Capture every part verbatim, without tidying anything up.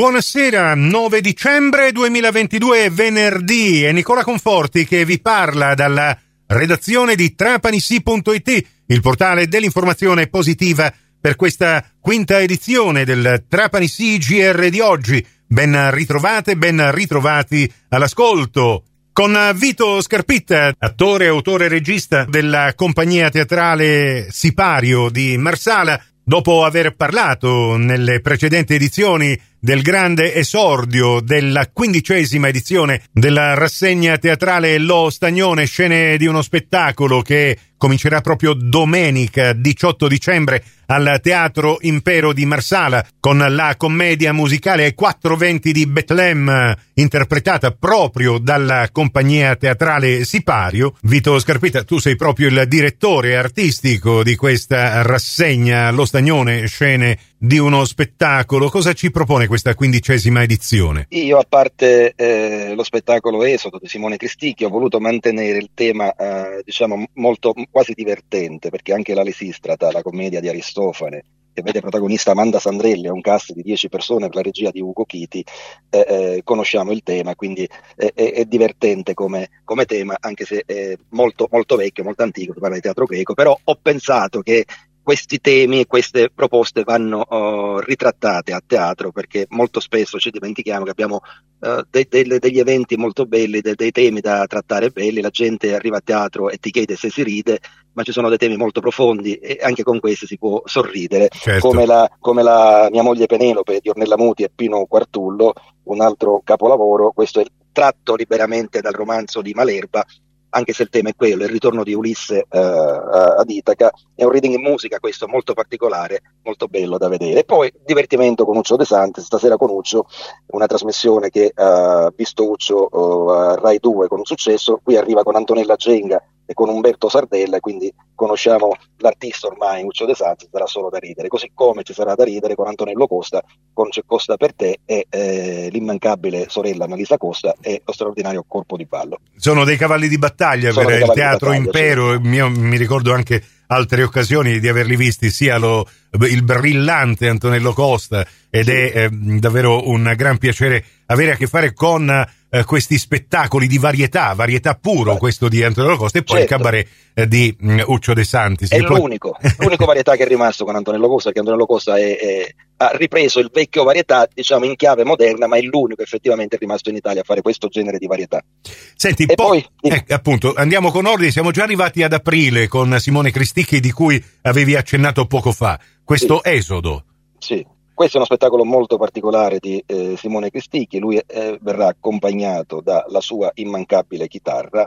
Buonasera, nove dicembre duemilaventidue, venerdì, è Nicola Conforti che vi parla dalla redazione di Trapanissi punto it, il portale dell'informazione positiva per questa quinta edizione del Trapanissi G R di oggi. Ben ritrovate, ben ritrovati all'ascolto. Con Vito Scarpitta, attore, autore e regista della compagnia teatrale Sipario di Marsala, dopo aver parlato nelle precedenti edizioni del grande esordio della quindicesima edizione della rassegna teatrale Lo Stagnone, scene di uno spettacolo che comincerà proprio domenica diciotto dicembre al Teatro Impero di Marsala con la commedia musicale Ai quattro venti di Betlemme, interpretata proprio dalla compagnia teatrale Sipario. Vito Scarpitta, tu sei proprio il direttore artistico di questa rassegna Lo Stagnone, scene di uno spettacolo. Cosa ci propone questa quindicesima edizione? Io, a parte eh, lo spettacolo Esodo di Simone Cristicchi, ho voluto mantenere il tema eh, diciamo molto quasi divertente, perché anche la Lesistrata, la commedia di Aristofane, che vede protagonista Amanda Sandrelli, è un cast di dieci persone per la regia di Ugo Chiti, eh, eh, conosciamo il tema, quindi eh, è, è divertente come, come tema, anche se è molto, molto vecchio, molto antico, parla di teatro greco, però ho pensato che questi temi e queste proposte vanno uh, ritrattate a teatro, perché molto spesso ci dimentichiamo che abbiamo uh, de- de- degli eventi molto belli, de- dei temi da trattare belli, la gente arriva a teatro e ti chiede se si ride, ma ci sono dei temi molto profondi e anche con questi si può sorridere, certo. come, la, come la Mia moglie Penelope di Ornella Muti e Pino Quartullo, un altro capolavoro. Questo è tratto liberamente dal romanzo di Malerba, anche se il tema è quello, il ritorno di Ulisse uh, ad Itaca. È un reading in musica questo molto particolare, molto bello da vedere. E poi divertimento con Uccio De Santis, stasera con Uccio, una trasmissione che ha uh, visto Uccio uh, a Rai due con un successo, qui arriva con Antonella Genga e con Umberto Sardella, quindi conosciamo l'artista ormai, Uccio De Santis, sarà solo da ridere, così come ci sarà da ridere con Antonello Costa, con C'è Costa per te e eh, l'immancabile sorella Melissa Costa e lo straordinario Corpo di Ballo. Sono dei cavalli di battaglia Sono per il Teatro battaglia, Impero, sì. Io mi ricordo anche altre occasioni di averli visti, sia lo, il brillante Antonello Costa, ed sì. è eh, davvero un gran piacere avere a che fare con eh, questi spettacoli di varietà, varietà puro, Beh. questo di Antonello Costa, e poi certo. il cabaret eh, di mh, Uccio De Santis. È poi... l'unico, l'unico varietà che è rimasto con Antonello Costa, perché Antonello Costa è, è, ha ripreso il vecchio varietà, diciamo in chiave moderna, ma è l'unico effettivamente rimasto in Italia a fare questo genere di varietà. Senti, e po- poi eh, appunto, andiamo con ordine, siamo già arrivati ad aprile con Simone Cristicchi, di cui avevi accennato poco fa, questo sì. Esodo. Sì. Questo è uno spettacolo molto particolare di eh, Simone Cristicchi. Lui eh, verrà accompagnato dalla sua immancabile chitarra.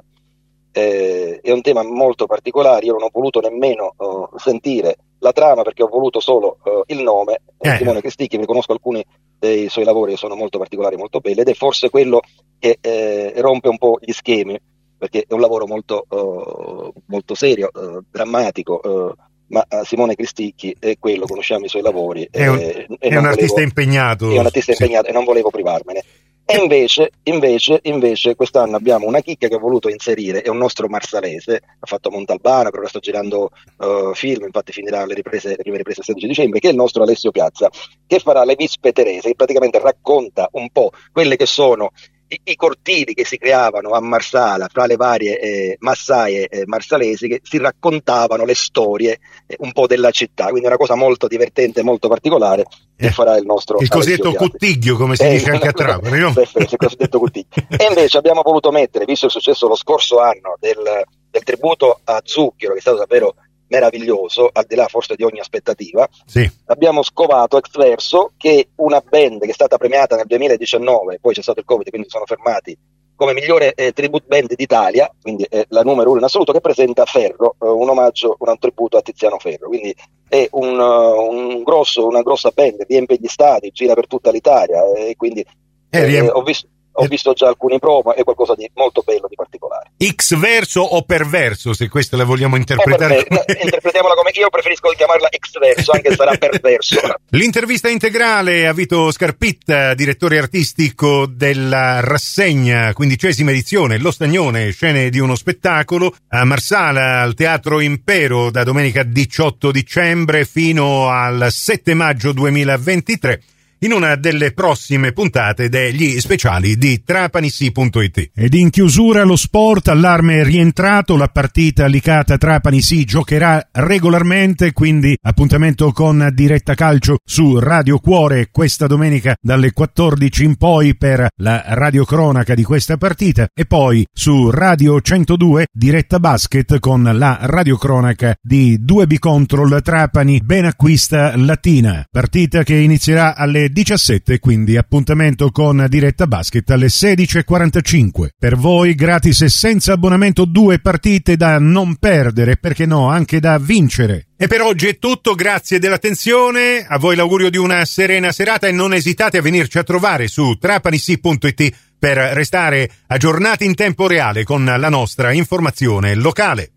Eh, è un tema molto particolare, io non ho voluto nemmeno uh, sentire la trama, perché ho voluto solo uh, il nome. Eh. Simone Cristicchi, mi conosco alcuni dei suoi lavori che sono molto particolari, molto belli, ed è forse quello che eh, rompe un po' gli schemi, perché è un lavoro molto, uh, molto serio, uh, drammatico, uh, ma uh, Simone Cristicchi è quello, conosciamo i suoi lavori, è un, e, è e un volevo, artista impegnato è un artista sì. impegnato e non volevo privarmene. E invece, invece, invece quest'anno abbiamo una chicca che ho voluto inserire, è un nostro marsalese, ha fatto Montalbano, però ora sta girando uh, film, infatti finirà le riprese, le prime riprese il sedici dicembre, che è il nostro Alessio Piazza, che farà Le Vispe Terese, che praticamente racconta un po' quelle che sono I, i cortili che si creavano a Marsala fra le varie eh, massaie eh, marsalesi, che si raccontavano le storie eh, un po' della città, quindi è una cosa molto divertente, molto particolare che eh, farà il nostro il cosiddetto cuttiglio, come si eh, dice anche a Trapani, no? Il cosiddetto cuttiglio. E invece abbiamo voluto mettere, visto il successo lo scorso anno del, del tributo a Zucchero, che è stato davvero meraviglioso, al di là forse di ogni aspettativa, sì. abbiamo scovato Ex Verso, che è una band che è stata premiata nel duemiladiciannove, poi c'è stato il Covid, quindi sono fermati, come migliore eh, tribute band d'Italia, quindi è la numero uno in assoluto, che presenta Ferro, eh, un omaggio, un tributo a Tiziano Ferro, quindi è un, uh, un grosso, una grossa band, riempie gli stadi, gira per tutta l'Italia, e quindi eh, eh, ho visto Ho visto già alcuni promo, è qualcosa di molto bello, di particolare. X verso o perverso, se questa la vogliamo interpretare? Come... Interpretiamola come io preferisco chiamarla X verso, anche se sarà perverso. L'intervista integrale a Vito Scarpitta, direttore artistico della rassegna, quindicesima edizione, Lo Stagnone, scene di uno spettacolo, a Marsala, al Teatro Impero, da domenica diciotto dicembre fino al sette maggio duemilaventitré. in una delle prossime puntate degli speciali di Trapanisi punto it. Ed in chiusura lo sport, allarme è rientrato, la partita Licata Trapani si giocherà regolarmente, quindi appuntamento con Diretta Calcio su Radio Cuore questa domenica dalle quattordici in poi per la radiocronaca di questa partita, e poi su Radio centodue Diretta Basket con la radiocronaca di due B Control Trapani Benacquista Latina, partita che inizierà alle diciassette, quindi appuntamento con Diretta Basket alle sedici e quarantacinque. Per voi gratis e senza abbonamento, due partite da non perdere, perché no, anche da vincere. E per oggi è tutto, grazie dell'attenzione, a voi l'augurio di una serena serata e non esitate a venirci a trovare su Trapanisi punto it per restare aggiornati in tempo reale con la nostra informazione locale.